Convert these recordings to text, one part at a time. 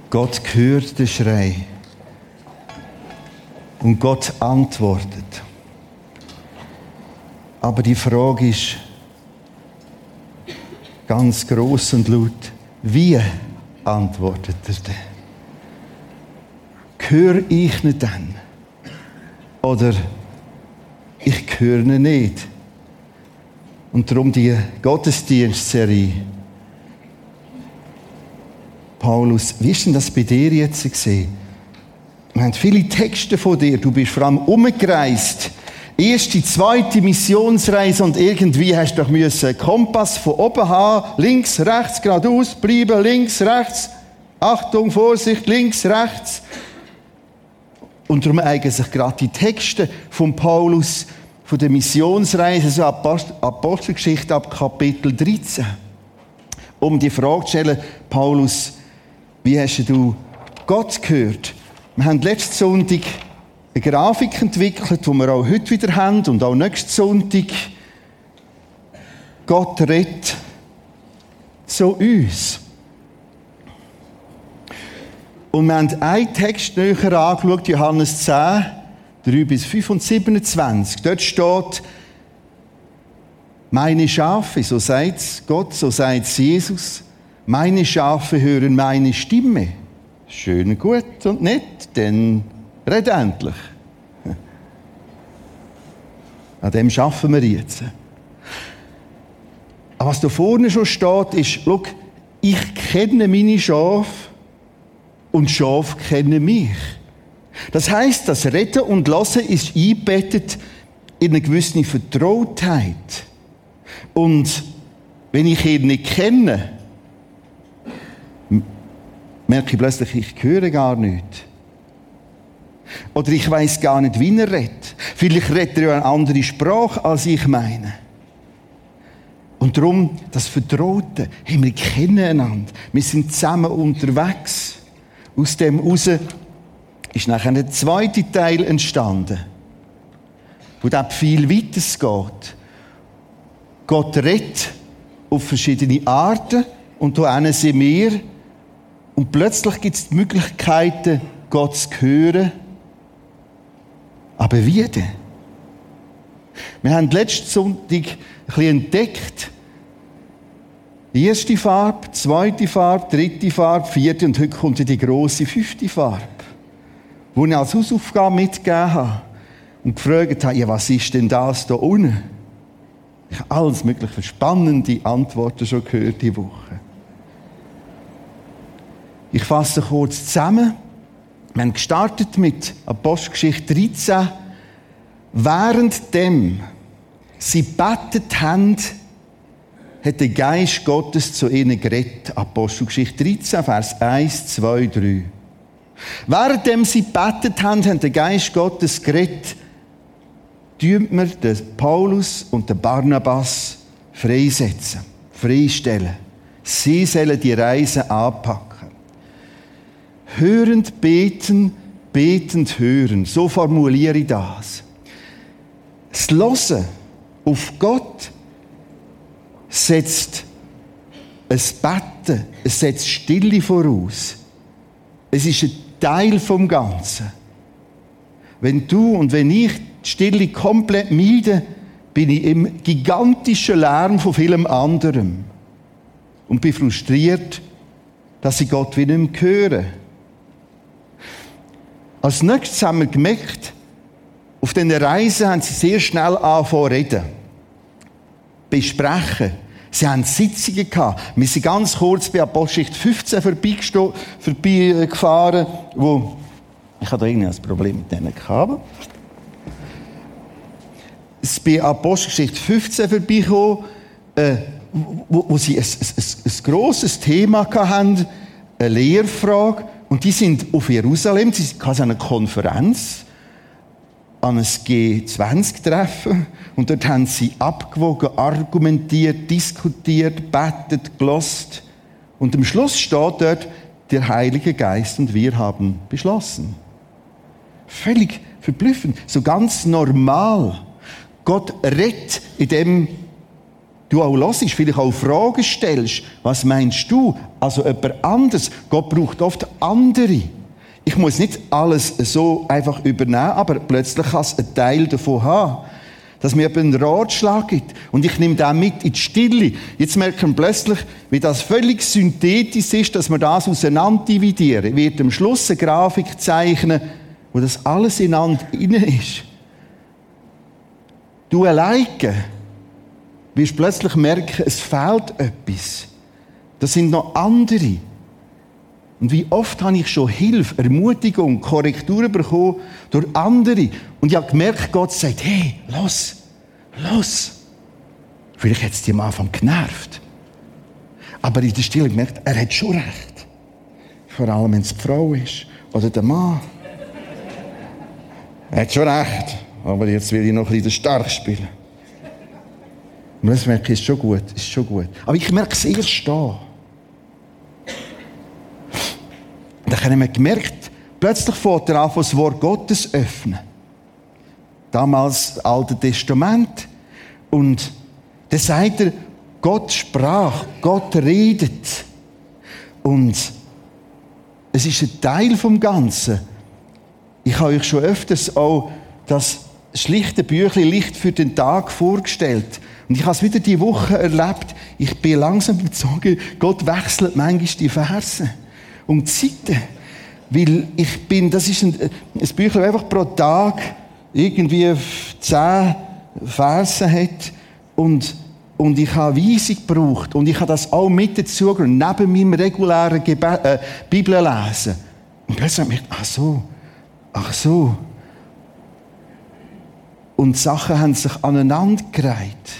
Gott hört den Schrei. Und Gott antwortet. Aber die Frage ist ganz gross und laut. Wie antwortet er denn? Höre ich nicht dann? Oder ich höre ihn nicht? Und darum die Gottesdienstserie. Paulus, wie ist denn das bei dir jetzt gesehen? Wir haben viele Texte von dir. Du bist vor allem umgereist. Erste, zweite Missionsreise und irgendwie hast du doch einen Kompass von oben haben. Links, rechts, geradeaus, bleiben, links, rechts. Achtung, Vorsicht, links, rechts. Und darum eignen sich gerade die Texte von Paulus, von der Missionsreise, so Apostelgeschichte ab Kapitel 13. Um die Frage zu stellen, Paulus, wie hast du Gott gehört? Wir haben letzten Sonntag eine Grafik entwickelt, die wir auch heute wieder haben und auch nächsten Sonntag. Gott redet zu uns. Und wir haben einen Text näher angeschaut, Johannes 10, 3 bis 5 und 27. Dort steht, meine Schafe, so sagt Gott, so sagt Jesus, meine Schafe hören meine Stimme. Schön, gut und nett, dann red endlich. An dem arbeiten wir jetzt. Aber was da vorne schon steht, ist, schau, ich kenne meine Schafe und Schafe kennen mich. Das heisst, das Reden und Hören ist eingebettet in eine gewisse Vertrautheit. Und wenn ich ihn nicht kenne, merke ich plötzlich, ich höre gar nichts. Oder ich weiss gar nicht, wie er redet. Vielleicht redet er ja eine andere Sprache, als ich meine. Und darum, das Vertraute, hey, wir kennen einander. Wir sind zusammen unterwegs. Aus dem heraus ist nachher der zweite Teil entstanden, wo dann viel weiter geht. Gott redet auf verschiedene Arten und da sind wir. Und plötzlich gibt es die Möglichkeiten, Gott zu hören. Aber wie denn? Wir haben letzten Sonntag ein bisschen entdeckt, die erste Farbe, zweite Farbe, dritte Farbe, vierte und heute kommt die grosse fünfte Farbe, die ich als Hausaufgabe mitgegeben habe und gefragt habe, ja, was ist denn das da unten? Ich habe alles mögliche spannende Antworten schon gehört diese Woche. Ich fasse kurz zusammen. Wir haben gestartet mit Apostelgeschichte 13. Währenddem sie gebetet haben, hat der Geist Gottes zu ihnen geredet. Apostelgeschichte 13, Vers 1, 2, 3. Währenddem sie gebetet haben, hat der Geist Gottes geredet. Tun wir den Paulus und den Barnabas freisetzen, freistellen. Sie sollen die Reise anpacken. Hörend beten, betend hören. So formuliere ich das. Das Hören auf Gott setzt ein Betten, es setzt Stille voraus. Es ist ein Teil vom Ganzen. Wenn du und wenn ich die Stille komplett meide, bin ich im gigantischen Lärm von vielem anderem und bin frustriert, dass ich Gott wieder nicht mehr höre. Als nächstes haben wir gemerkt, auf dieser Reise haben sie sehr schnell angefangen zu reden. Besprechen. Sie haben Sitzungen gehabt. Wir sind ganz kurz bei Apostelgeschichte 15 vorbeigefahren, wo ich habe da irgendwie ein Problem mit diesen Kabeln. Es ist bei Apostelgeschichte 15 vorbeigekommen, wo sie ein grosses Thema hatten, eine Lehrfrage. Und die sind auf Jerusalem, sie hatten an einer Konferenz, an einem G20-Treffen. Und dort haben sie abgewogen, argumentiert, diskutiert, betet, gelost. Und am Schluss steht dort, der Heilige Geist und wir haben beschlossen. Völlig verblüffend, so ganz normal. Gott redet in dem du auch hörst, vielleicht auch Fragen stellst. Was meinst du? Also jemand anderes. Gott braucht oft andere. Ich muss nicht alles so einfach übernehmen, aber plötzlich kann es einen Teil davon haben, dass mir einen Ratschlag gibt. Und ich nehme den mit in die Stille. Jetzt merken wir plötzlich, wie das völlig synthetisch ist, dass wir das auseinander dividieren. Ich werde am Schluss eine Grafik zeichnen, wo das alles ineinander drin ist. Du alleine wirst plötzlich merken, es fehlt etwas. Das sind noch andere. Und wie oft habe ich schon Hilfe, Ermutigung, Korrektur bekommen durch andere. Und ich habe gemerkt, Gott sagt, hey, los. Vielleicht hat es dich am Anfang genervt. Aber in der Stille gemerkt, er hat schon recht. Vor allem, wenn es die Frau ist. Oder der Mann. Er hat schon recht. Aber jetzt will ich noch ein bisschen stark spielen. Und das merke ich, ist schon gut. Aber ich merke es erst da. Dann haben wir gemerkt, plötzlich fängt er an, das Wort Gottes öffnen. Damals das Alte Testament. Und dann sagt er, Gott sprach, Gott redet. Und es ist ein Teil vom Ganzen. Ich habe euch schon öfters auch das schlichte Büchlein Licht für den Tag vorgestellt. Und ich habe es wieder diese Woche erlebt. Ich bin langsam bezogen, Gott wechselt manchmal die Verse und die Seiten. Weil das ist ein Büchlein, das einfach pro Tag irgendwie 10 Verse hat. Und ich habe Weisung gebraucht. Und ich habe das auch mit dazu genommen, neben meinem regulären Bibellesen. Und plötzlich habe ich gedacht, ach so. Und die Sachen haben sich aneinandergereiht.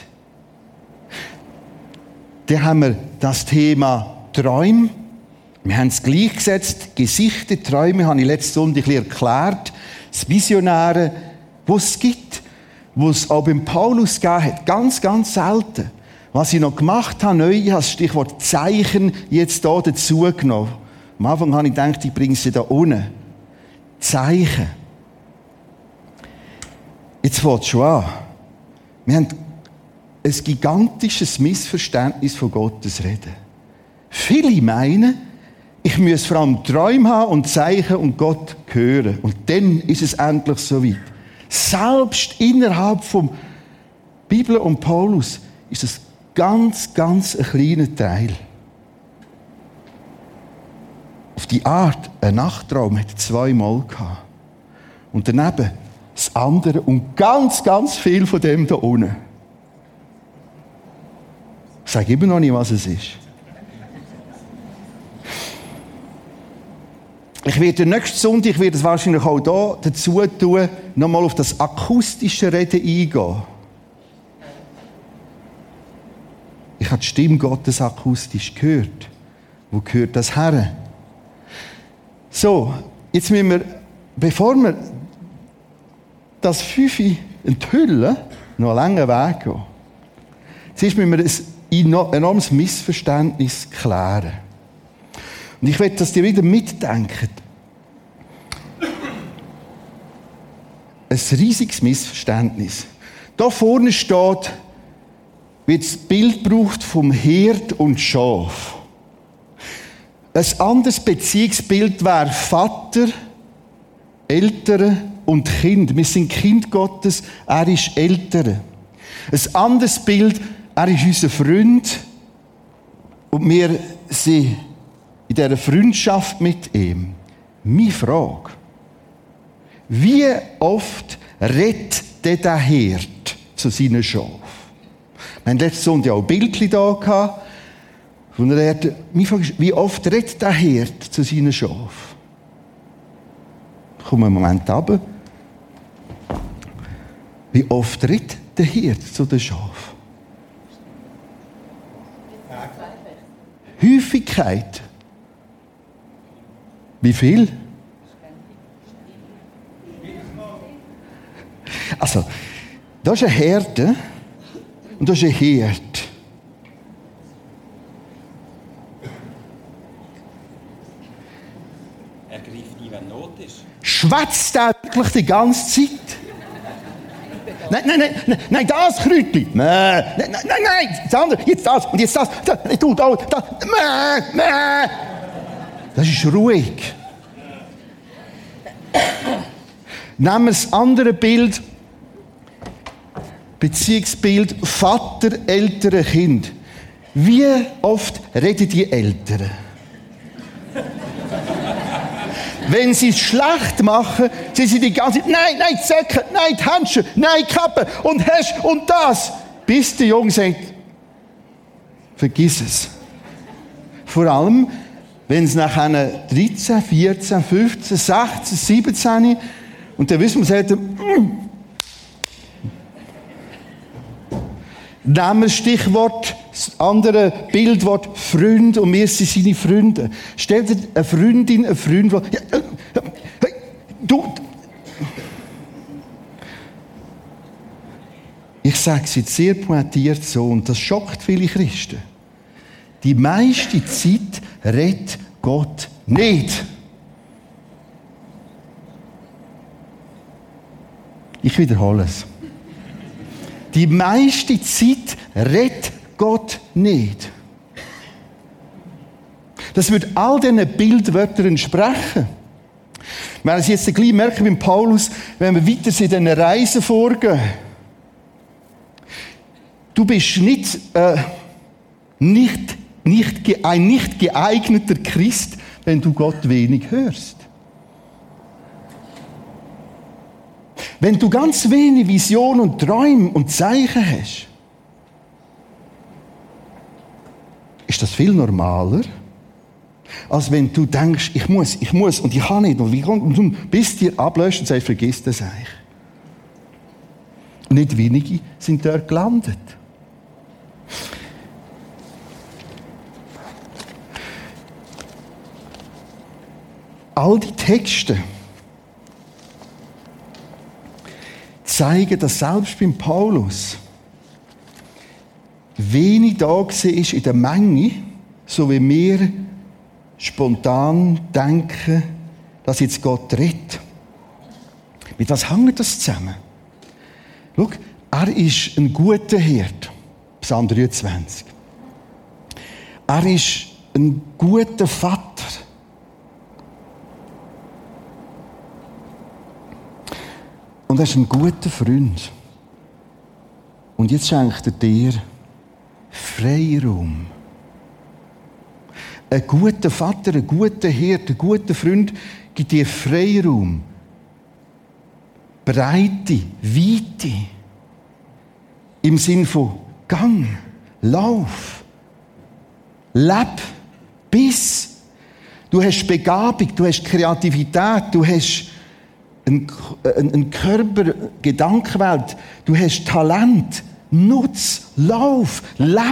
Dann haben wir das Thema Träume. Wir haben es gleichgesetzt. Gesichter, Träume, habe ich letzten Sonntag ein bisschen erklärt. Das Visionäre, was es gibt, was es auch beim Paulus gegeben hat. Ganz, ganz selten. Was ich noch gemacht habe, neu, ich habe das Stichwort Zeichen jetzt hier dazu genommen. Am Anfang habe ich gedacht, ich bringe sie da unten. Zeichen. Jetzt fängt es schon an. Wir haben ein gigantisches Missverständnis von Gottes Reden. Viele meinen, ich muss vor allem Träume haben und Zeichen und Gott hören. Und dann ist es endlich soweit. Selbst innerhalb von Bibel und Paulus ist es ganz, ganz ein kleiner Teil. Auf die Art, ein Nachttraum hat 2 Mal gehabt. Und daneben das andere und ganz, ganz viel von dem da unten. Ich sage immer noch nicht, was es ist. Ich werde nächsten Sonntag, ich werde es wahrscheinlich auch hier dazu tun, nochmal auf das akustische Reden eingehen. Ich habe die Stimme Gottes akustisch gehört. Wo gehört das her? So, jetzt müssen wir, bevor wir das 5 enthüllen, noch einen langen Weg gehen. Zuerst müssen wir ein enormes Missverständnis klären. Und ich will, dass ihr wieder mitdenkt. Ein riesiges Missverständnis. Da vorne steht, wird das Bild gebraucht vom Hirt und Schaf. Ein anderes Beziehungsbild wäre Vater, Eltern und Kind. Wir sind Kind Gottes, er ist Eltern. Ein anderes Bild, er ist unser Freund und wir sind in dieser Freundschaft mit ihm. Meine Frage: Wie oft redet der Hirt zu seinen Schafen? Wir hatten letzten Sonntag auch ein Bildchen da gehabt. Meine Frage ist, wie oft redet der Hirt zu seinen Schafen? Kommen wir einen Moment runter. Wie oft redet der Hirt zu den Schafen? Häufigkeit. Wie viel? Also, da ist eine Herde und da ist ein Hirt. Er greift nie, wenn Not ist. Schwätzt er wirklich die ganze Zeit? Nein, das Kräutchen. Nein, das andere, jetzt das und jetzt das. Du, da. Das ist ruhig. Nehmen wir das andere Bild, Beziehungsbild Vater, Eltern, Kind. Wie oft reden die Eltern? Wenn sie es schlecht machen, sind sie die ganze Zeit, nein, die Säcke, nein, die Handschuhe, nein, die Kappe und hast und das. Bis der Junge sagt, vergiss es. Vor allem, wenn es nach einer 13, 14, 15, 16, 17 und dann wissen wir, sagt er, nehmen wir das Stichwort, das andere Bildwort Freund und wir sind seine Freunde. Stell dir eine Freundin, einen Freund vor. Ja, du. Ich sage es jetzt sehr pointiert so und das schockt viele Christen. Die meiste Zeit redet Gott nicht. Ich wiederhole es. Die meiste Zeit redet Gott nicht. Das wird all diesen Bildwörtern entsprechen. Wir werden es jetzt gleich merken beim Paulus, wenn wir weiter in diesen Reisen vorgehen. Du bist ein nicht geeigneter Christ, wenn du Gott wenig hörst. Wenn du ganz wenig Visionen und Träume und Zeichen hast, ist das viel normaler, als wenn du denkst, ich muss und ich kann nicht und du bist dir ablöscht und sagst, vergiss das eigentlich. Nicht wenige sind dort gelandet. All die Texte zeigen, dass selbst beim Paulus wenig da war in der Menge, so wie wir spontan denken, dass jetzt Gott redet. Mit was hängt das zusammen? Schau, er ist ein guter Hirt. Psalm 23. Er ist ein guter Vater. Und er ist ein guter Freund. Und jetzt schenkt er dir Freiraum. Ein guter Vater, ein guter Hirt, ein guter Freund gibt dir Freiraum. Breite, Weite. Im Sinn von Gang, Lauf, Leb, Biss. Du hast Begabung, du hast Kreativität, du hast ein Körper, Gedankenwelt, du hast Talent, nutz, lauf, leb.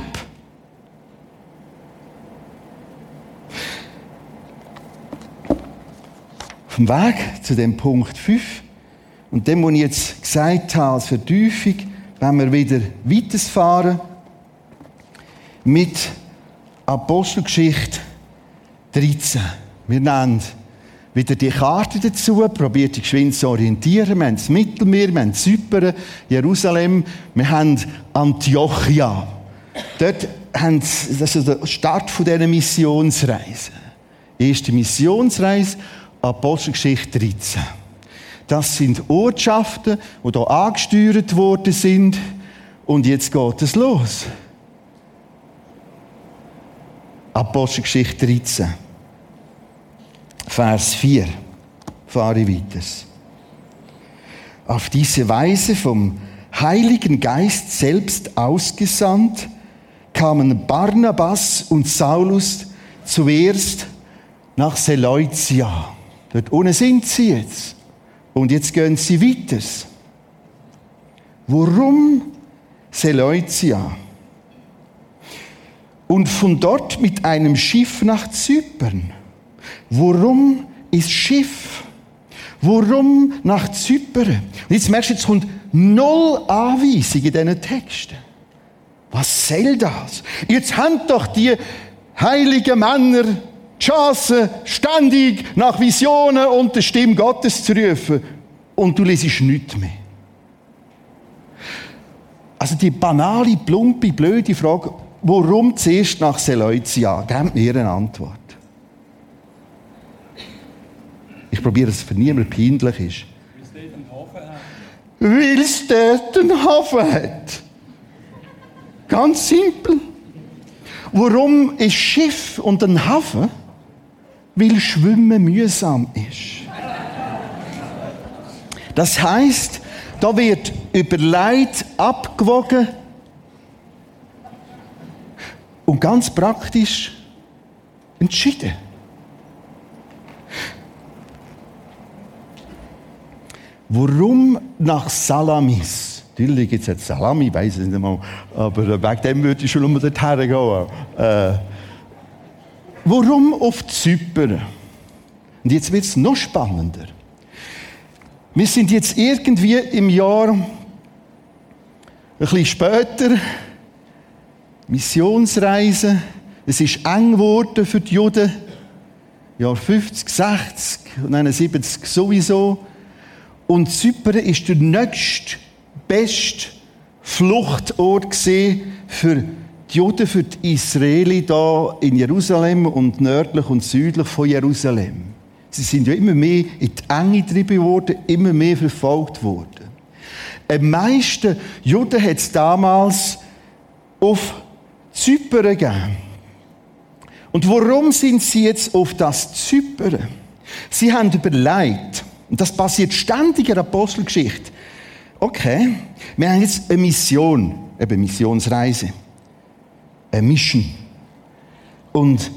Auf dem Weg zu dem Punkt 5 und dem, was ich jetzt gesagt habe, als Vertiefung, wenn wir wieder weiterfahren mit Apostelgeschichte 13. Wir nennen wieder die Karte dazu, probiert die geschwind zu orientieren. Wir haben das Mittelmeer, wir haben Zypern, Jerusalem, wir haben Antiochia. Dort haben sie, das ist der Start dieser Missionsreise. Erste Missionsreise, Apostelgeschichte 13. Das sind Ortschaften, die hier angesteuert worden sind. Und jetzt geht es los. Apostelgeschichte 13. Vers 4. Fahre ich weiter. Auf diese Weise vom Heiligen Geist selbst ausgesandt, kamen Barnabas und Saulus zuerst nach Seleucia. Dort unten sind sie jetzt. Und jetzt gehen sie weiter. Warum Seleucia? Und von dort mit einem Schiff nach Zypern. Warum ist Schiff? Warum nach Zypern? Und jetzt merkst du, jetzt kommt 0 Anweisung in diesen Texten. Was soll das? Jetzt haben doch die heiligen Männer die Chance, ständig nach Visionen und der Stimme Gottes zu rufen. Und du liest nichts mehr. Also die banale, plumpe, blöde Frage, warum zuerst nach Seleucia? Gebt mir eine Antwort. Ich probiere, dass es für niemanden peinlich ist. Weil es dort einen Hafen hat. Ganz simpel. Warum ein Schiff und ein Hafen? Weil Schwimmen mühsam ist. Das heisst, da wird überlegt, abgewogen und ganz praktisch entschieden. Warum nach Salamis? Natürlich gibt es jetzt Salami, ich weiss es nicht mal, aber wegen dem würde ich schon um dorthin gehen. Warum auf Zypern? Und jetzt wird es noch spannender. Wir sind jetzt irgendwie im Jahr, ein bisschen später, Missionsreise. Es ist eng geworden für die Juden. Jahr 50, 60 und dann 70 sowieso. Und Zypern ist der nächste, beste Fluchtort für die Juden, für die Israeli da in Jerusalem und nördlich und südlich von Jerusalem. Sie sind ja immer mehr in die Enge getrieben worden, immer mehr verfolgt worden. Am meisten Juden hat es damals auf Zypern gegeben. Und warum sind sie jetzt auf das Zypern? Sie haben überlegt, und das passiert ständig in der Apostelgeschichte. Okay, wir haben jetzt eine Mission, eben Missionsreise. Eine Mission. Und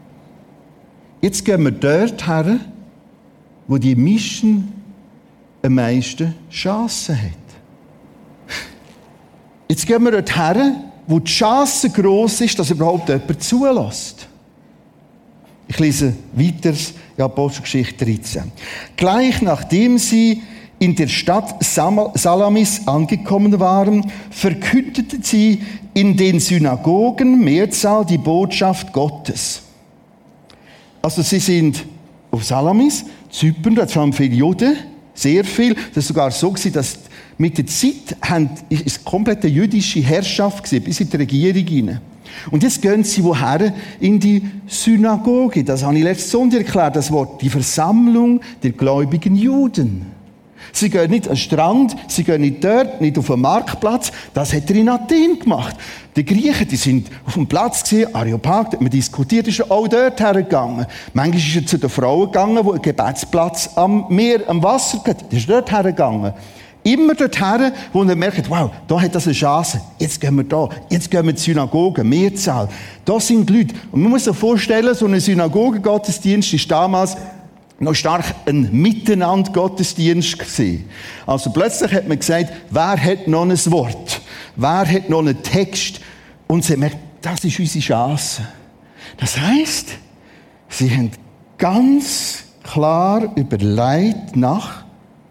jetzt gehen wir dort her, wo die Mission am meisten Chancen hat. Jetzt gehen wir dort her, wo die Chance gross ist, dass überhaupt jemand zulässt. Ich lese weiter in Apostelgeschichte 13. Gleich nachdem sie in der Stadt Salamis angekommen waren, verkündeten sie in den Synagogen Mehrzahl die Botschaft Gottes. Also sie sind auf Salamis, Zypern, da haben viele Juden, sehr viel. Das ist sogar so gewesen, dass mit der Zeit ist komplett eine jüdische Herrschaft gewesen, bis in die Regierung hinein. Und jetzt gehen sie woher? In die Synagoge. Das habe ich letzten Sonntag erklärt, das Wort, die Versammlung der gläubigen Juden. Sie gehen nicht an den Strand, sie gehen nicht dort, nicht auf den Marktplatz. Das hat er in Athen gemacht. Die Griechen, die sind auf dem Platz gesehen, Areopag, da hat man diskutiert, ist er auch dort hergegangen. Manchmal ist er zu den Frauen gegangen, die einen Gebetsplatz am Meer, am Wasser hatten. Der ist dort hergegangen. Immer dorthin, wo er merkt, wow, da hat das eine Chance. Jetzt gehen wir da. Jetzt gehen wir in die Synagoge. Mehrzahl. Da sind die Leute. Und man muss sich vorstellen, so ein Synagogengottesdienst ist damals noch stark ein Miteinander-Gottesdienst gewesen. Also plötzlich hat man gesagt, wer hat noch ein Wort? Wer hat noch einen Text? Und sie merkt, das ist unsere Chance. Das heisst, sie haben ganz klar überlegt nach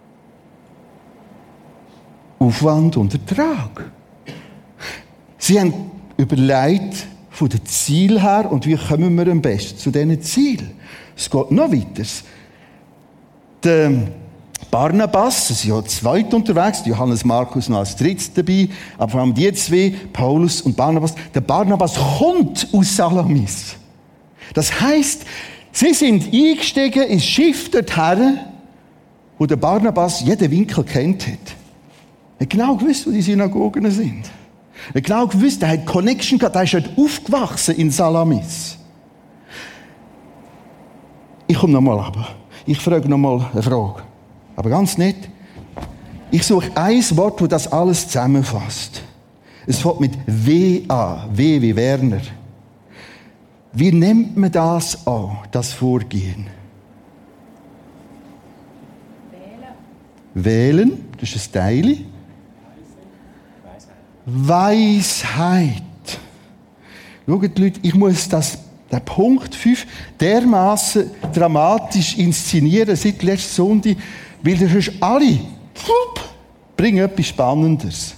Aufwand und Ertrag. Sie haben überlegt von dem Ziel her und wie kommen wir am besten zu diesen Zielen. Es geht noch weiter. Der Barnabas, es sind ja zwei unterwegs, Johannes Markus noch als drittes dabei, aber vor allem die zwei, Paulus und Barnabas. Der Barnabas kommt aus Salamis. Das heisst, sie sind eingestiegen ins Schiff dorthin, wo der Barnabas jeden Winkel kennt hat. Er hat genau gewusst, wo die Synagogen sind. Er hat genau gewusst, er hat Connection gehabt, er ist dort aufgewachsen in Salamis. Ich komme nochmal runter. Ich frage nochmal eine Frage. Aber ganz nett. Ich suche ein Wort, das das alles zusammenfasst. Es fängt mit W an. W wie Werner. Wie nennt man das an, das Vorgehen? Wählen. Wählen, das ist ein Teil. Weisheit. Schaut, Leute, ich muss den Punkt 5 dermaßen dramatisch inszenieren seit letzten Sonntag, weil ihr sonst alle bringen etwas Spannendes.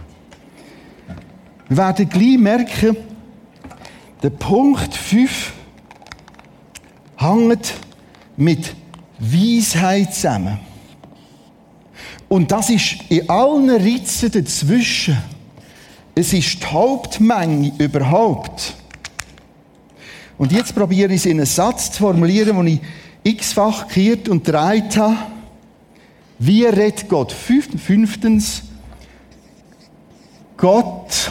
Wir werden gleich merken, der Punkt 5 hängt mit Weisheit zusammen. Und das ist in allen Ritzen dazwischen Es ist die Hauptmenge überhaupt. Und jetzt probiere ich es in einen Satz zu formulieren, den ich x-fach gekehrt und gedreht habe. Wie redet Gott? Fünftens, Gott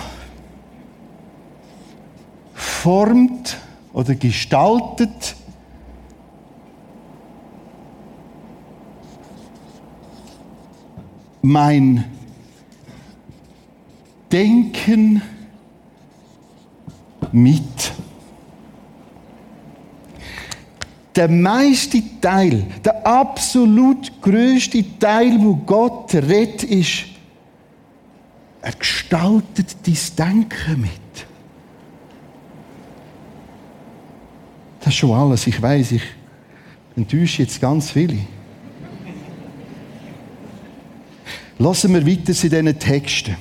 formt oder gestaltet mein Denken mit. Der meiste Teil, der absolut grösste Teil, wo Gott redet, ist, er gestaltet dein Denken mit. Das ist schon alles. Ich weiss, ich enttäusche jetzt ganz viele. Lassen wir weiter in diesen Texten.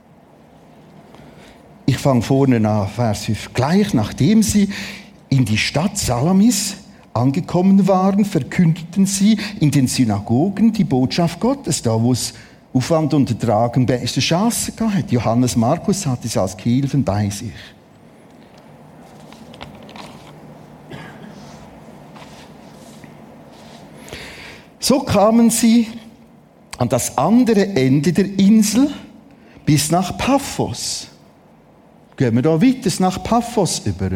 Ich fange vorne an, Vers 5. Gleich nachdem sie in die Stadt Salamis angekommen waren, verkündeten sie in den Synagogen die Botschaft Gottes, da wo es Aufwand und Ertragen beste Chancen gab. Johannes Markus hatte es als Gehilfen bei sich. So kamen sie an das andere Ende der Insel bis nach Paphos. Gehen wir da weiter nach Paphos über.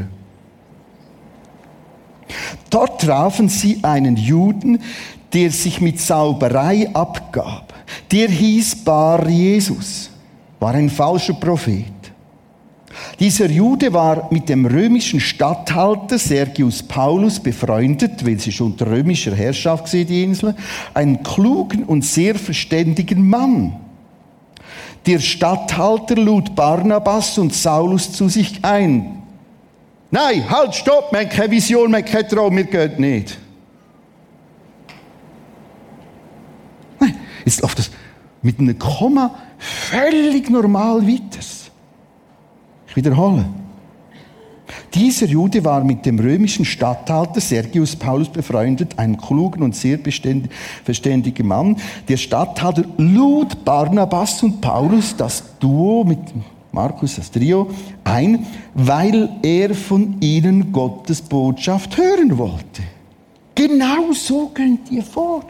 Dort trafen sie einen Juden, der sich mit Zauberei abgab. Der hieß Bar Jesus, war ein falscher Prophet. Dieser Jude war mit dem römischen Statthalter Sergius Paulus befreundet, weil sie schon unter römischer Herrschaft war, die Insel, einen klugen und sehr verständigen Mann. Der Statthalter lud Barnabas und Saulus zu sich ein. Nein, halt, stopp, wir haben keine Vision, wir haben keinen Traum, wir gehen nicht. Nein, jetzt läuft das mit einem Komma völlig normal weiter. Ich wiederhole. Dieser Jude war mit dem römischen Statthalter Sergius Paulus befreundet, einem klugen und sehr verständigen Mann. Der Statthalter lud Barnabas und Paulus, das Duo mit Markus, das Trio, ein, weil er von ihnen Gottes Botschaft hören wollte. Genau so könnt ihr vor.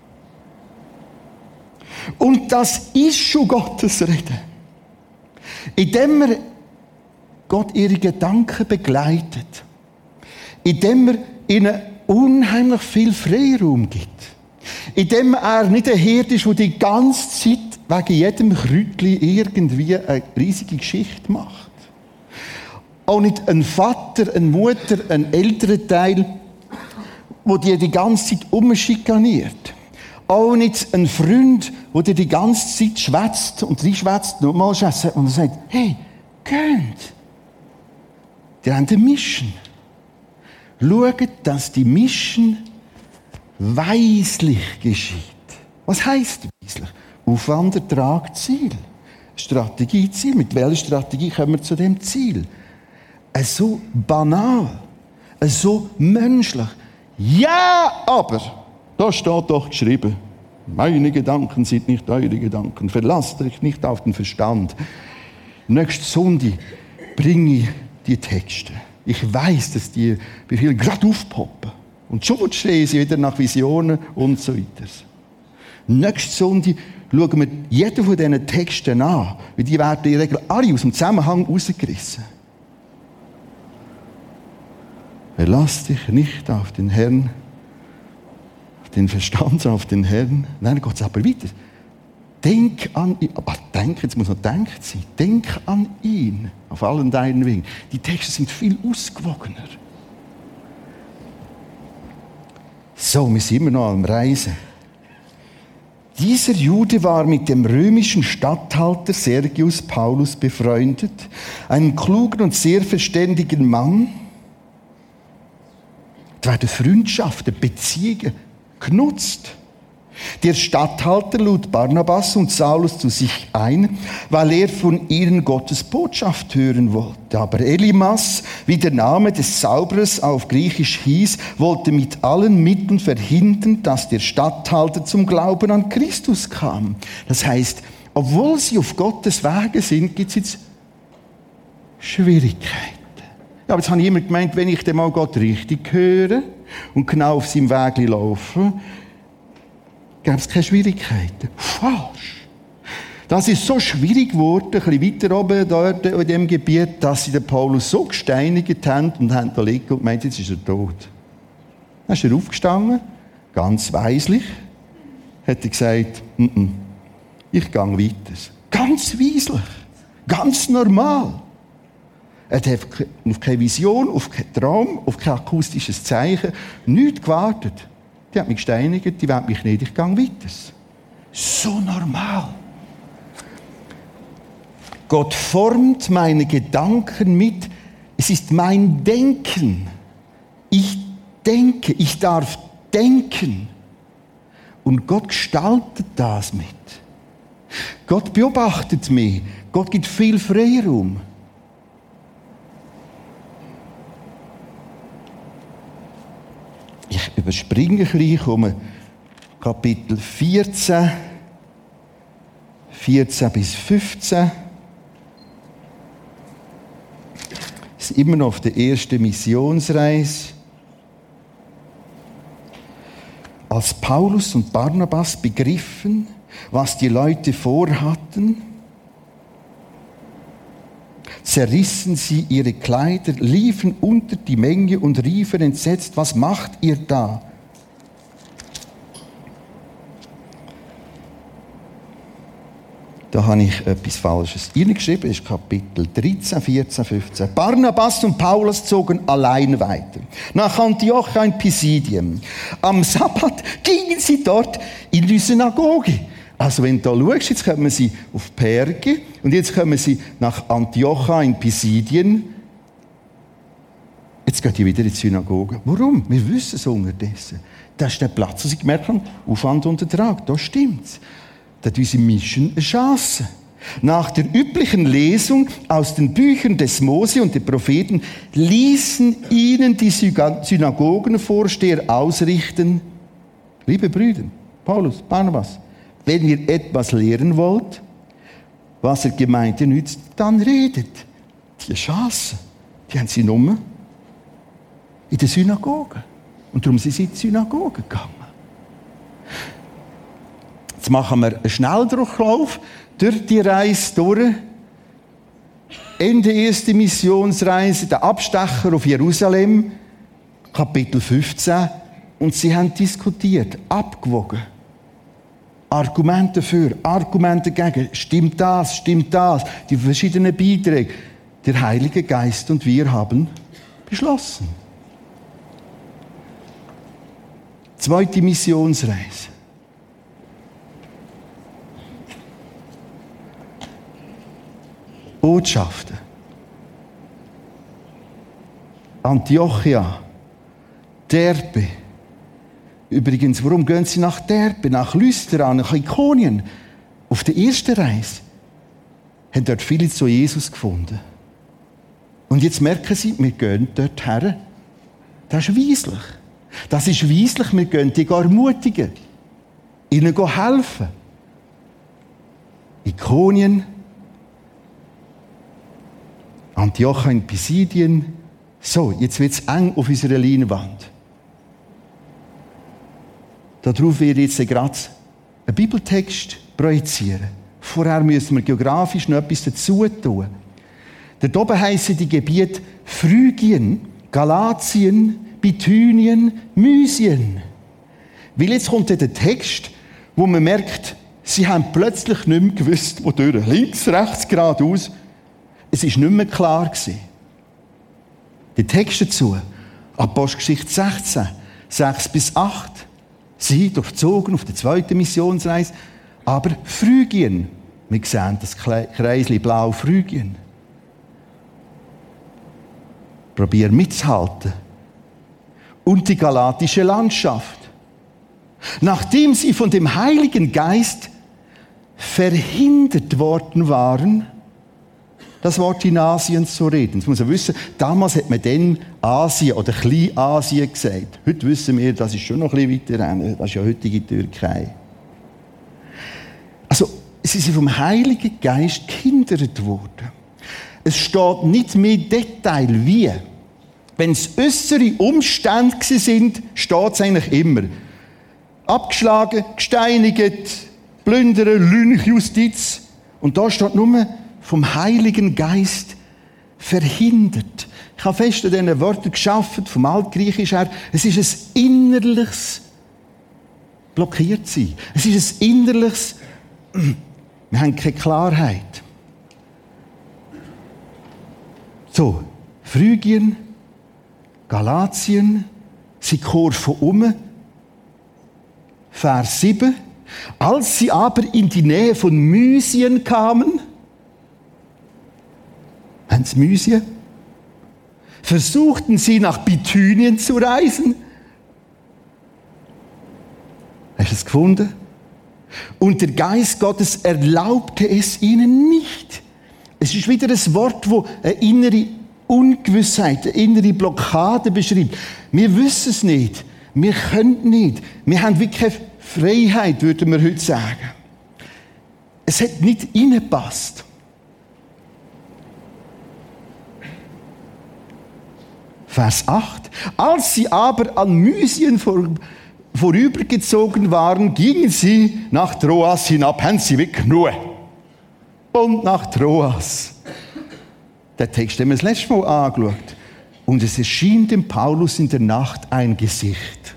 Und das ist schon Gottes Rede. Indem er Gott ihre Gedanken begleitet, indem er ihnen unheimlich viel Freiraum gibt, indem er nicht ein Herd ist, der die ganze Zeit wegen jedem Kräutchen irgendwie eine riesige Geschichte macht. Auch nicht ein Vater, eine Mutter, ein älterer Teil, der dir die ganze Zeit umschikaniert. Auch nicht ein Freund, der dir die ganze Zeit schwätzt und reinschwätzt nochmal schwätzt und sagt, hey, geht. Die haben eine Mission. Schaut, dass die Mission weislich geschieht. Was heisst weislich? Aufwand, Ertrag, Ziel. Strategie, Ziel. Mit welcher Strategie kommen wir zu dem Ziel? So banal, so menschlich. Ja, aber, da steht doch geschrieben, meine Gedanken sind nicht eure Gedanken. Verlasst euch nicht auf den Verstand. Nächsten Sonntag bringe ich die Texte. Ich weiss, dass die bei vielen gerade aufpoppen. Und schon stehen sie wieder nach Visionen und so weiter. Nächsten Sonntag schauen wir jeden von diesen Texten an, weil die werden in der Regel alle aus dem Zusammenhang rausgerissen. Verlass dich nicht auf den Herrn, auf den Verstand, sondern auf den Herrn. Nein, dann geht es aber weiter. Denk an ihn. Aber denk, jetzt muss noch denkt sein. Denk an ihn auf allen deinen Wegen. Die Texte sind viel ausgewogener. So, wir sind immer noch am Reisen. Dieser Jude war mit dem römischen Statthalter Sergius Paulus befreundet, einem klugen und sehr verständigen Mann. Da werden Freundschaften, Beziehungen genutzt. Der Statthalter lud Barnabas und Saulus zu sich ein, weil er von ihnen Gottes Botschaft hören wollte. Aber Elimas, wie der Name des Zauberers auf Griechisch hieß, wollte mit allen Mitteln verhindern, dass der Statthalter zum Glauben an Christus kam. Das heißt, obwohl sie auf Gottes Wege sind, gibt es jetzt Schwierigkeiten. Ja, aber jetzt habe ich immer gemeint, wenn ich dann mal Gott richtig höre und genau auf seinem Weg laufe, gäbe es keine Schwierigkeiten. Falsch. Das ist so schwierig geworden, ein bisschen weiter oben dort in diesem Gebiet, dass sie den Paulus so gesteinigt haben und haben da liegen und gemeint, jetzt ist er tot. Dann ist er aufgestanden, ganz weislich, hat er gesagt, ich gehe weiter. Ganz weislich, ganz normal. Er hat auf keine Vision, auf keinen Traum, auf kein akustisches Zeichen, nichts gewartet. Die hat mich gesteinigt, die wollen mich nicht, ich gehe weiter. So normal. Gott formt meine Gedanken mit. Es ist mein Denken. Ich denke, ich darf denken. Und Gott gestaltet das mit. Gott beobachtet mich. Gott gibt viel Freiraum. Ich überspringe gleich um Kapitel 14 bis 15. Es ist immer noch auf der ersten Missionsreise. Als Paulus und Barnabas begriffen, was die Leute vorhatten, zerrissen sie ihre Kleider, liefen unter die Menge und riefen entsetzt, was macht ihr da? Da habe ich etwas Falsches hineingeschrieben, das ist Kapitel 13, 14, 15. Barnabas und Paulus zogen allein weiter, nach Antiochia in Pisidien. Am Sabbat gingen sie dort in die Synagoge. Also wenn du da schaust, jetzt kommen sie auf Perge und jetzt kommen sie nach Antiochia in Pisidien. Jetzt gehen die wieder in die Synagoge. Warum? Wir wissen es unterdessen. Das ist der Platz, wo sie gemerkt haben, Aufwand und Ertrag, da stimmt's. Da hat unsere Mission eine Chance. Nach der üblichen Lesung aus den Büchern des Mose und der Propheten ließen ihnen die Synagogenvorsteher ausrichten, liebe Brüder, Paulus, Barnabas, wenn ihr etwas lehren wollt, was der Gemeinde nützt, dann redet. Die Chance, die haben sie nur in der Synagoge. Und darum sind sie in die Synagoge gegangen. Jetzt machen wir einen Schnelldurchlauf durch die Reise durch. Ende erste Missionsreise, der Abstecher auf Jerusalem, Kapitel 15. Und sie haben diskutiert, abgewogen. Argumente für, Argumente dagegen. Stimmt das, die verschiedenen Beiträge. Der Heilige Geist und wir haben beschlossen. Zweite Missionsreise. Botschaften. Antiochia, Derbe. Übrigens, warum gehen sie nach Derbe, nach Lystra, nach Ikonien? Auf der ersten Reise haben dort viele zu Jesus gefunden. Und jetzt merken sie, wir gehen dort her. Das ist weislich. Das ist weislich, wir gehen die ermutigen. Ihnen helfen. Ikonien, Antiochia in Pisidien. So, jetzt wird es eng auf unserer Leinwand. Darauf werde ich jetzt gerade einen Bibeltext projizieren. Vorher müssen wir geografisch noch etwas dazu tun. Dort oben heissen die Gebiete Phrygien, Galatien, Bithynien, Mysien. Weil jetzt kommt der Text, wo man merkt, sie haben plötzlich nicht mehr gewusst, wodurch. Links, rechts, geradeaus. Es war nicht mehr klar gewesen. Der Text dazu, Apostelgeschichte 16, 6 bis 8. Sie durchzogen auf der zweiten Missionsreise, aber Phrygien. Wir sehen das Kreisli blau, Phrygien. Probier mitzuhalten. Und die galatische Landschaft. Nachdem sie von dem Heiligen Geist verhindert worden waren, das Wort in Asien zu reden. Das muss man wissen, damals hat man dann Asien oder Kleinasien gesagt. Heute wissen wir, das ist schon noch ein bisschen weiter hin. Das ist ja heutige Türkei. Also, sie sind vom Heiligen Geist gehindert worden. Es steht nicht mehr Detail wie. Wenn es äußere Umstände sind, steht es eigentlich immer. Abgeschlagen, gesteinigt, plündern, Lynchjustiz. Und da steht nur vom Heiligen Geist verhindert. Ich habe fest an diesen Wörtern geschaffen, vom Altgriechisch her. Es ist ein innerliches Blockiertsein. Es ist ein innerliches, wir haben keine Klarheit. So, Phrygien, Galatien, sie kurven um. Vers 7. Als sie aber in die Nähe von Mysien kamen, haben sie Mysien? Versuchten sie nach Bithynien zu reisen. Hast du es gefunden? Und der Geist Gottes erlaubte es ihnen nicht. Es ist wieder ein Wort, das eine innere Ungewissheit, eine innere Blockade beschreibt. Wir wissen es nicht. Wir können nicht. Wir haben wirklich keine Freiheit, würden wir heute sagen. Es hat nicht reingepasst. Vers 8. Als sie aber an Mysien vorübergezogen waren, gingen sie nach Troas hinab. Haben sie wirklich genug. Und nach Troas. Der Text haben wir das letzte Mal angeschaut. Und es erschien dem Paulus in der Nacht ein Gesicht.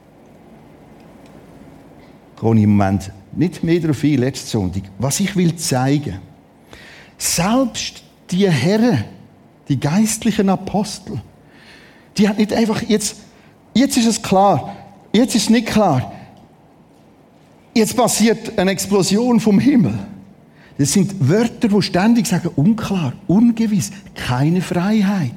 Ich gehe im Moment nicht mehr darauf ein, letzte Sonntag. Was ich will zeigen, selbst die Herren, die geistlichen Apostel, die hat nicht einfach, jetzt ist es klar, jetzt ist es nicht klar. Jetzt passiert eine Explosion vom Himmel. Das sind Wörter, die ständig sagen, unklar, ungewiss, keine Freiheit.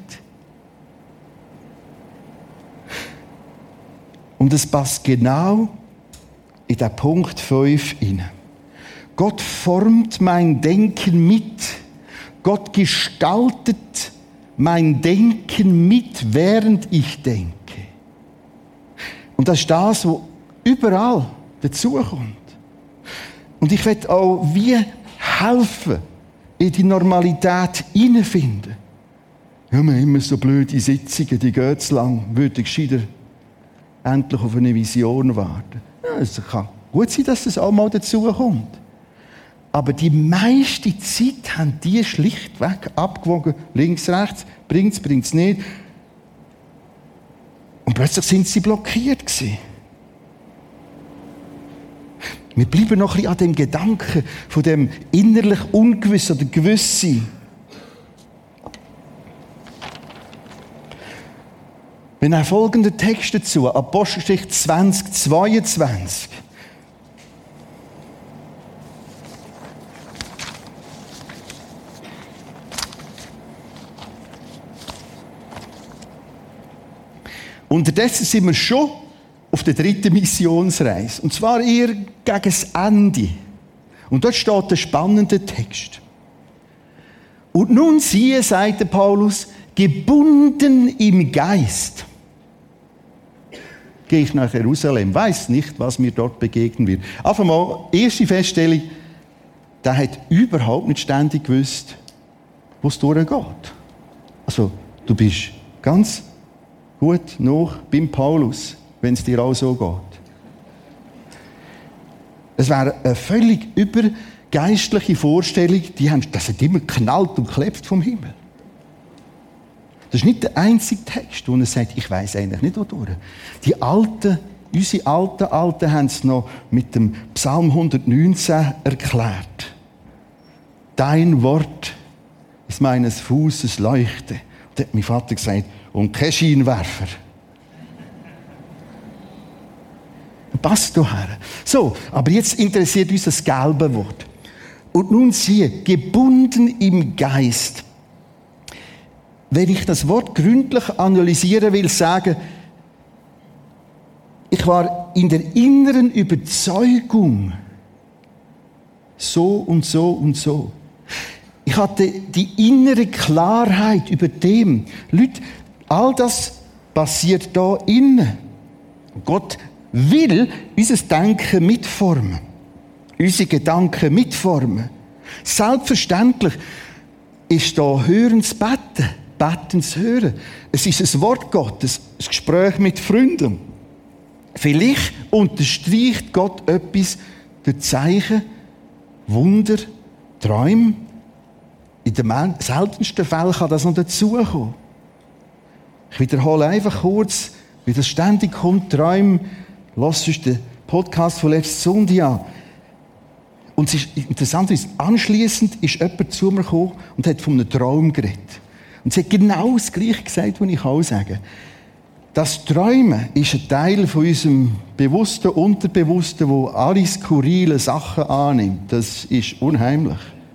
Und es passt genau in den Punkt 5 hinein. Gott formt mein Denken mit. Gott gestaltet mein Denken mit, während ich denke. Und das ist das, was überall dazukommt. Und ich will auch wie helfen, in die Normalität hineinfinden. Ja, wir haben immer so blöde Sitzungen, die gehen zu lang. Würde ich gescheiter endlich auf eine Vision warten. Ja, es kann gut sein, dass das auch mal dazukommt. Aber die meiste Zeit haben die schlichtweg abgewogen. Links, rechts, bringt es nicht. Und plötzlich sind sie blockiert gewesen. Wir bleiben noch ein bisschen an dem Gedanken von dem innerlich Ungewissen oder Gewissen. Wir nehmen folgenden Text dazu, Apostelgeschichte 20, 22. Unterdessen sind wir schon auf der 3. Missionsreise. Und zwar eher gegen das Ende. Und dort steht ein spannender Text. Und nun siehe, sagte Paulus, gebunden im Geist. Gehe ich nach Jerusalem, weiß nicht, was mir dort begegnen wird. Einfach mal, erste Feststellung, der hat überhaupt nicht ständig gewusst, wo es durchgeht. Also, du bist ganz gut noch beim Paulus, wenn es dir auch so geht. Es wäre eine völlig übergeistliche Vorstellung, das hat immer geknallt und geklebt vom Himmel. Das ist nicht der einzige Text, wo er sagt, ich weiss eigentlich nicht, wodurch. Unsere Alten haben es noch mit dem Psalm 119 erklärt. Dein Wort ist meines Fußes Leuchte. Und da hat mein Vater gesagt, und kein Scheinwerfer. Passt doch her. So, aber jetzt interessiert uns das gelbe Wort. Und nun siehe, gebunden im Geist. Wenn ich das Wort gründlich analysieren will, sagen, ich war in der inneren Überzeugung so und so und so. Ich hatte die innere Klarheit über dem. Leute, all das passiert da innen. Gott will unser Denken mitformen. Unsere Gedanken mitformen. Selbstverständlich. ist da hörendes Betten, bettendes Hören. Es ist ein Wort Gottes, ein Gespräch mit Freunden. Vielleicht unterstreicht Gott etwas durch Zeichen, Wunder, Träume. In den seltensten Fällen kann das noch dazukommen. Ich wiederhole einfach kurz, wie das ständig kommt, Träume. Lass uns den Podcast von letzten Sonntag an. Und es ist interessant, anschliessend ist jemand zu mir gekommen und hat von einem Traum geredet. Und sie hat genau das Gleiche gesagt, was ich auch sagen. Das Träumen ist ein Teil von unserem Bewussten, Unterbewussten, wo alle skurrile Sachen annimmt. Das ist unheimlich.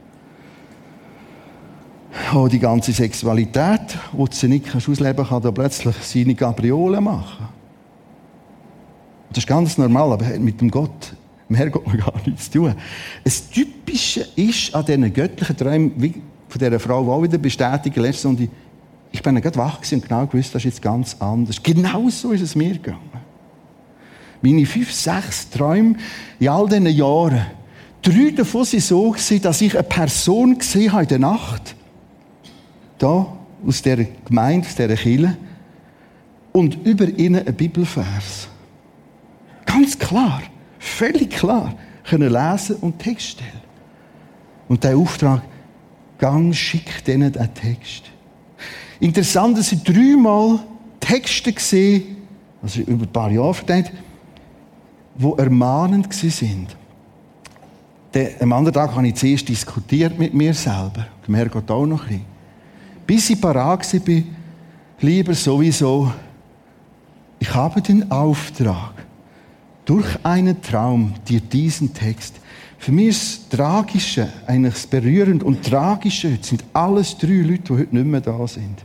Oh, die ganze Sexualität, die du nicht ausleben kannst, kann da plötzlich seine Gabriolen machen. Das ist ganz normal, aber hat mit dem Herrgott gar nichts zu tun. Das Typische ist an diesen göttlichen Träumen, wie von dieser Frau, die auch wieder bestätigt letzte Sonntag, ich bin gerade wach und genau gewusst, das ist jetzt ganz anders. Genau so ist es mir gegangen. Meine 5, 6 Träume in all diesen Jahren, 3 davon waren so, dass ich eine Person gesehen habe in der Nacht, da aus dieser Gemeinde, aus dieser Kirche, und über ihnen ein Bibelvers. Ganz klar, völlig klar, können lesen und Text stellen. Und der Auftrag, ganz schick denen den Text. Interessant, dass ich 3-mal Texte gesehen, also über ein paar Jahre verteilt, die ermahnend waren. Am anderen Tag habe ich zuerst diskutiert mit mir selber. Dem Herrgott auch noch ein bisschen. Bis ich parat war, lieber sowieso, ich habe den Auftrag, durch einen Traum dir diesen Text. Für mich ist das Tragische, eigentlich das Berührende und Tragische, heute sind alles 3 Leute, die heute nicht mehr da sind.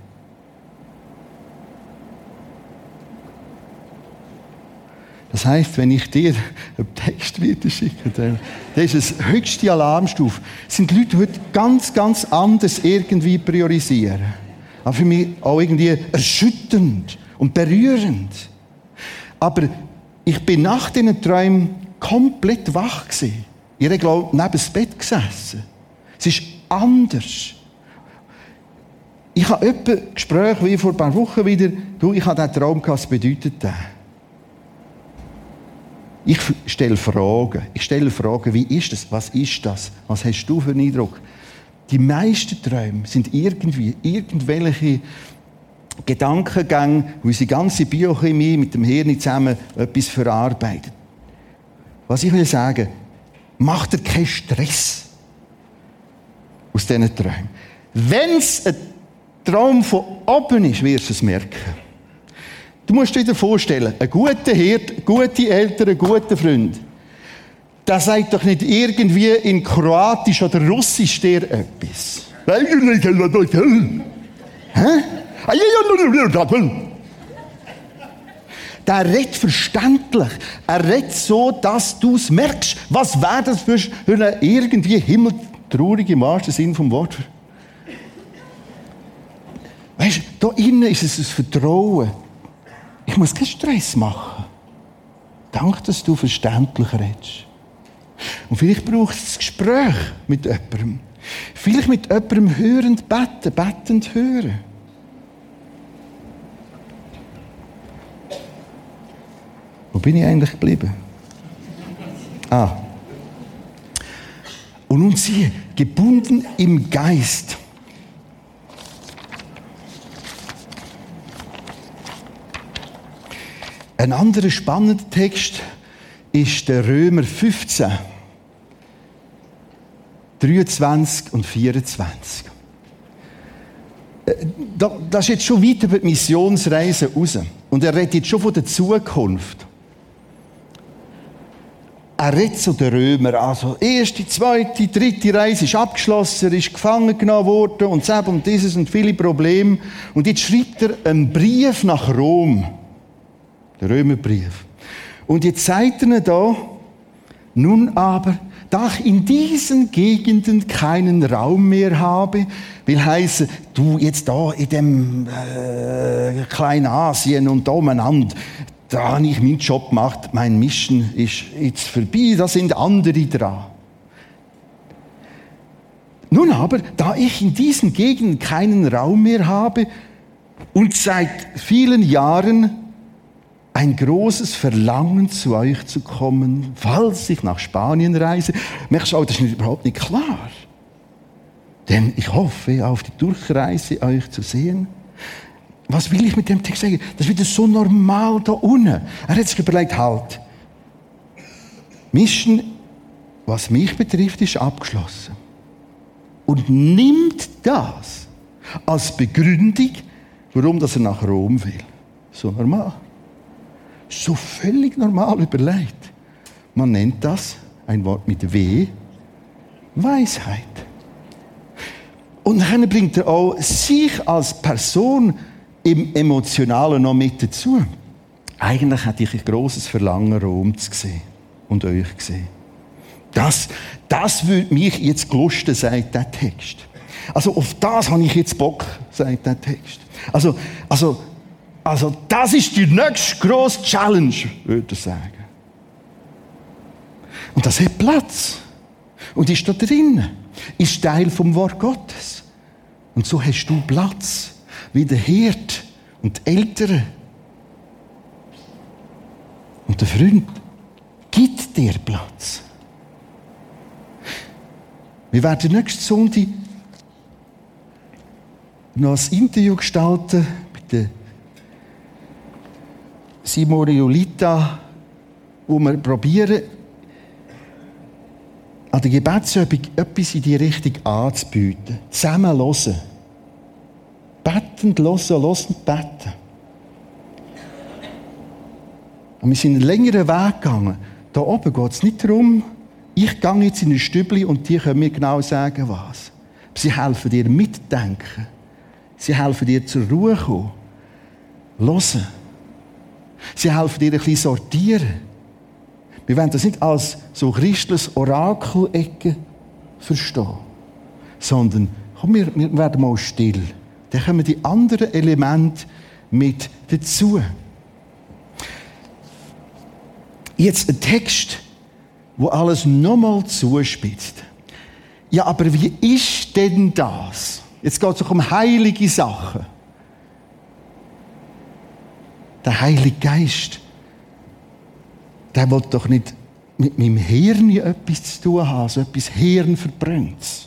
Das heisst, wenn ich dir einen Text wieder schicke, dann ist es höchste Alarmstufe. Es sind Leute, die heute ganz, ganz anders irgendwie priorisieren. Aber für mich auch irgendwie erschütternd und berührend. Aber ich bin nach diesen Träumen komplett wach gewesen. Ich habe, glaube ich, neben dem Bett gesessen. Es ist anders. Ich habe etwa Gespräche wie vor ein paar Wochen wieder, ich habe diesen Traum gehabt, was bedeutet das? Ich stelle Fragen. Wie ist das? Was ist das? Was hast du für einen Eindruck? Die meisten Träume sind irgendwelche Gedankengänge, wo unsere ganze Biochemie mit dem Hirn zusammen etwas verarbeitet. Was ich will sagen, mach dir keinen Stress aus diesen Träumen. Wenn es ein Traum von oben ist, wirst du es merken. Du musst dir vorstellen, ein guter Hirt, gute Eltern, ein guter Freund, der sagt doch nicht irgendwie in Kroatisch oder Russisch dir etwas. Hä? Der redet verständlich. Er redet so, dass du es merkst. Was wäre das für eine irgendwie himmeltraurig im wahrsten Sinn vom Wort? Weißt du, da innen ist es ein Vertrauen. Ich muss keinen Stress machen. Danke, dass du verständlich redest. Und vielleicht braucht es ein Gespräch mit jemandem. Vielleicht mit jemandem hörend beten, bettend hören. Wo bin ich eigentlich geblieben? Und nun siehe, gebunden im Geist. Ein anderer spannender Text ist der Römer 15, 23 und 24. Das ist jetzt schon weit über die Missionsreise raus. Und er redet jetzt schon von der Zukunft. Er redet zu den Römern, also erste, zweite, dritte Reise ist abgeschlossen, er ist gefangen genommen worden und das und dieses und viele Probleme. Und jetzt schreibt er einen Brief nach Rom. Der Römerbrief. Und jetzt sagt er da, nun aber, da ich in diesen Gegenden keinen Raum mehr habe, will heißen, du jetzt da in dem Kleinasien und da umeinander, da habe ich meinen Job gemacht, mein Mission ist jetzt vorbei, da sind andere dran. Nun aber, da ich in diesen Gegenden keinen Raum mehr habe und seit vielen Jahren ein großes Verlangen zu euch zu kommen, falls ich nach Spanien reise, merkst du auch, das ist überhaupt nicht klar. Denn ich hoffe, auf die Durchreise euch zu sehen. Was will ich mit dem Text sagen? Das ist wieder so normal da unten. Er hat sich überlegt, halt, Mission, was mich betrifft, ist abgeschlossen. Und nimmt das als Begründung, warum er nach Rom will. So normal. So völlig normal überlegt. Man nennt das, ein Wort mit W, Weisheit. Und dann bringt er auch sich als Person im Emotionalen noch mit dazu. Eigentlich hatte ich ein grosses Verlangen, Rom zu sehen und euch zu sehen. Das würde mich jetzt gelusten, sagt der Text. Also auf das habe ich jetzt Bock, sagt der Text. Also das ist die nächste grosse Challenge, würde ich sagen. Und das hat Platz. Und ist da drin. Ist Teil vom Wort Gottes. Und so hast du Platz. Wie der Hirt und die Eltern. Und der Freund gibt dir Platz. Wir werden nächsten Sonntag noch ein Interview gestalten mit der Simone Jolita, wo wir probieren, an der Gebetsübung etwas in die Richtung anzubieten. Zusammen hören. Bettend hören, beten. Und wir sind einen längeren Weg gegangen. Da oben geht es nicht darum, ich gehe jetzt in ein Stübli und die können mir genau sagen, was. Sie helfen dir mitdenken. Sie helfen dir zur Ruhe kommen. Hören. Sie helfen dir ein bisschen sortieren. Wir wollen das nicht als so christliches Orakel-Ecke verstehen, sondern komm, wir werden mal still. Dann kommen die anderen Elemente mit dazu. Jetzt ein Text, wo alles nochmal zuspitzt. Ja, aber wie ist denn das? Jetzt geht es doch um heilige Sachen. Der Heilige Geist, der will doch nicht mit meinem Hirn etwas zu tun haben, so etwas Hirnverbrenntes.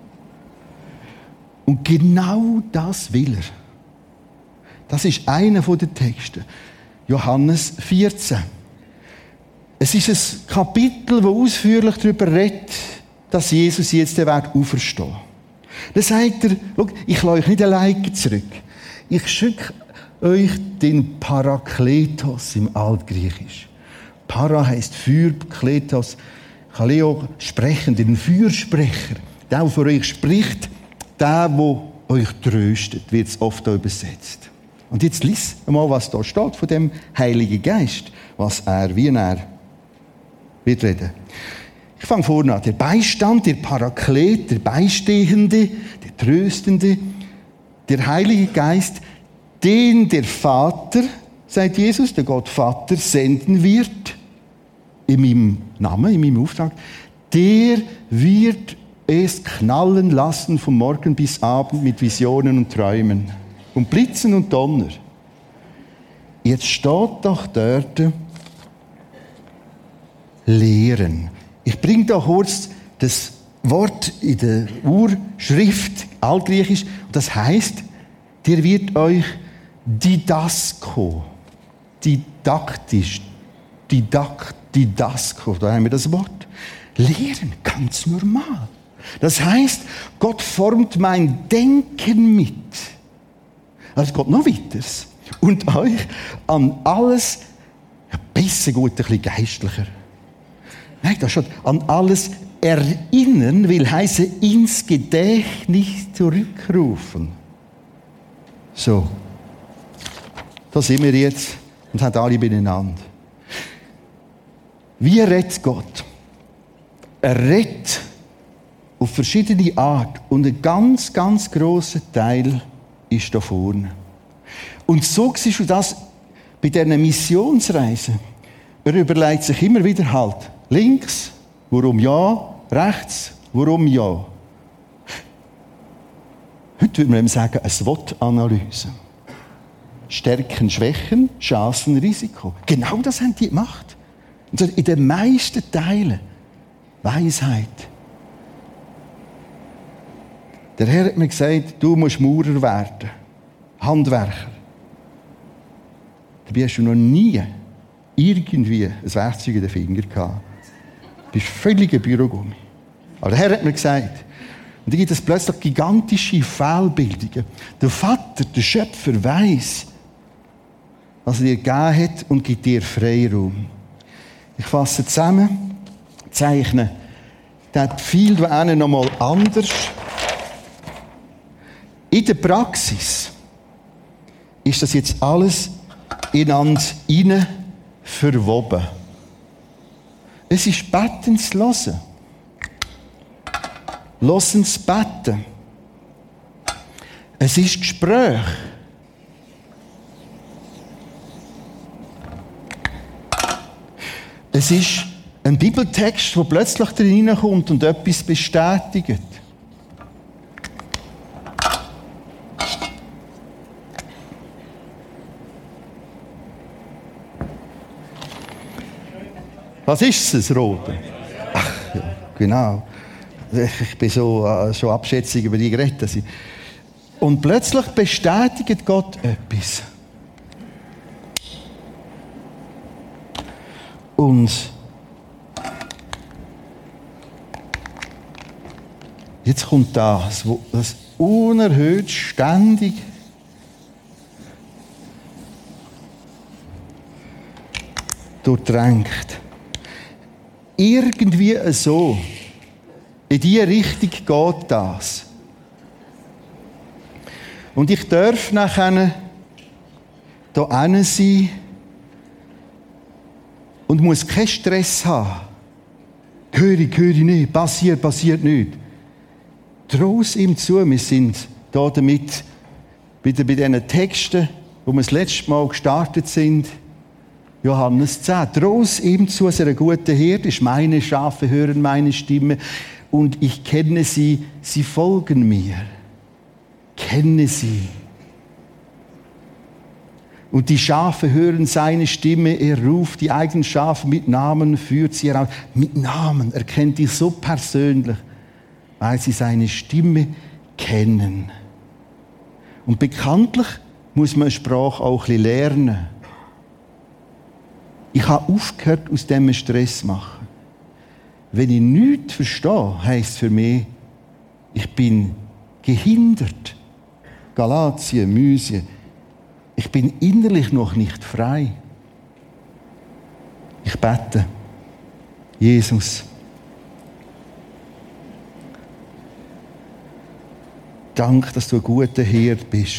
Und genau das will er. Das ist einer der Texte. Johannes 14. Es ist ein Kapitel, das ausführlich darüber redet, dass Jesus jetzt den Weg auferstehen. Dann sagt er, schau, ich lasse euch nicht alleine zurück. Ich schicke euch den Parakletos im Altgriechisch. Para heisst Feuer, Kletos, Kaleo, sprechen, den Fürsprecher. Der, der für euch spricht, der euch tröstet, wird es oft übersetzt. Und jetzt lies mal, was da steht von dem Heiligen Geist, wie er wird reden. Ich fange vorne an. Der Beistand, der Paraklet, der Beistehende, der Tröstende, der Heilige Geist, den der Vater, sagt Jesus, der Gott Vater, senden wird, in meinem Namen, in meinem Auftrag, der wird es knallen lassen vom Morgen bis Abend mit Visionen und Träumen und Blitzen und Donner. Jetzt steht doch dort Lehren. Ich bringe da kurz das Wort in der Urschrift, altgriechisch, das heißt, der wird euch Didasko, didaktisch, Didasko, da haben wir das Wort. Lehren, ganz normal. Das heißt, Gott formt mein Denken mit. Also es geht noch weiter. Und euch an alles, ja, besser gut, ein bisschen geistlicher. Nein, da steht, an alles erinnern will heißen, ins Gedächtnis zurückrufen. So. Da sind wir jetzt und haben alle beieinander. Wie redet Gott? Er redet auf verschiedene Art und ein ganz, ganz grosser Teil ist da vorne. Und so siehst du das bei diesen Missionsreisen. Er überlegt sich immer wieder halt, links, warum ja, rechts, warum ja. Heute würde man ihm sagen, eine SWOT-Analyse. Stärken, Schwächen, Chancen, Risiko. Genau das haben die gemacht. Und in den meisten Teilen Weisheit. Der Herr hat mir gesagt, du musst Maurer werden. Handwerker. Dabei hast du noch nie irgendwie ein Werkzeug in den Fingern gehabt. Du bist völliger Bürogummi. Aber der Herr hat mir gesagt, und da gibt es plötzlich gigantische Fehlbildungen. Der Vater, der Schöpfer, weiss, was er dir gegeben hat und gibt dir Freiraum. Ich fasse zusammen, zeichne den Pfeil da hinten noch mal anders. In der Praxis ist das jetzt alles ineinander hinein verwoben. Es ist Betten zu hören. Hören zu beten. Es ist Gespräch. Es ist ein Bibeltext, der plötzlich drin kommt und etwas bestätigt. Was ist es, das Rote? Ach, ja, genau. Ich bin so schon abschätzig über die geredet. Und plötzlich bestätigt Gott etwas. Und jetzt kommt das, wo das unerhört ständig durchdrängt. Irgendwie so. In diese Richtung geht das. Und ich darf nachher hier hinten sein und muss keinen Stress haben. Höre ich nicht, passiert nicht. Trau es ihm zu, wir sind hier damit wieder bei diesen Texten, wo wir das letzte Mal gestartet sind. Johannes 10. Trau es ihm zu, dass er ein guter Hirte ist. Meine Schafe hören meine Stimme und ich kenne sie, sie folgen mir. Kenne sie. Und die Schafe hören seine Stimme, er ruft die eigenen Schafe mit Namen, führt sie heraus. Mit Namen, er kennt die so persönlich, weil sie seine Stimme kennen. Und bekanntlich muss man eine Sprache auch ein bisschen lernen. Ich habe aufgehört, aus dem Stress zu machen. Wenn ich nichts verstehe, heisst für mich, ich bin gehindert. Galatien, Mysien. Ich bin innerlich noch nicht frei. Ich bete. Jesus. Danke, dass du ein guter Hirt bist.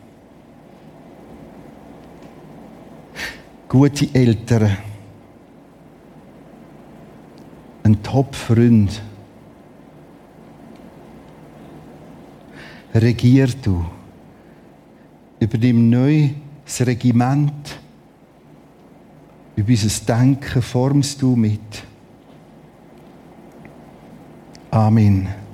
Gute Eltern. Ein Top-Freund. Regier du. Übernimm neu das Regiment. Über unser Denken formst du mit. Amen.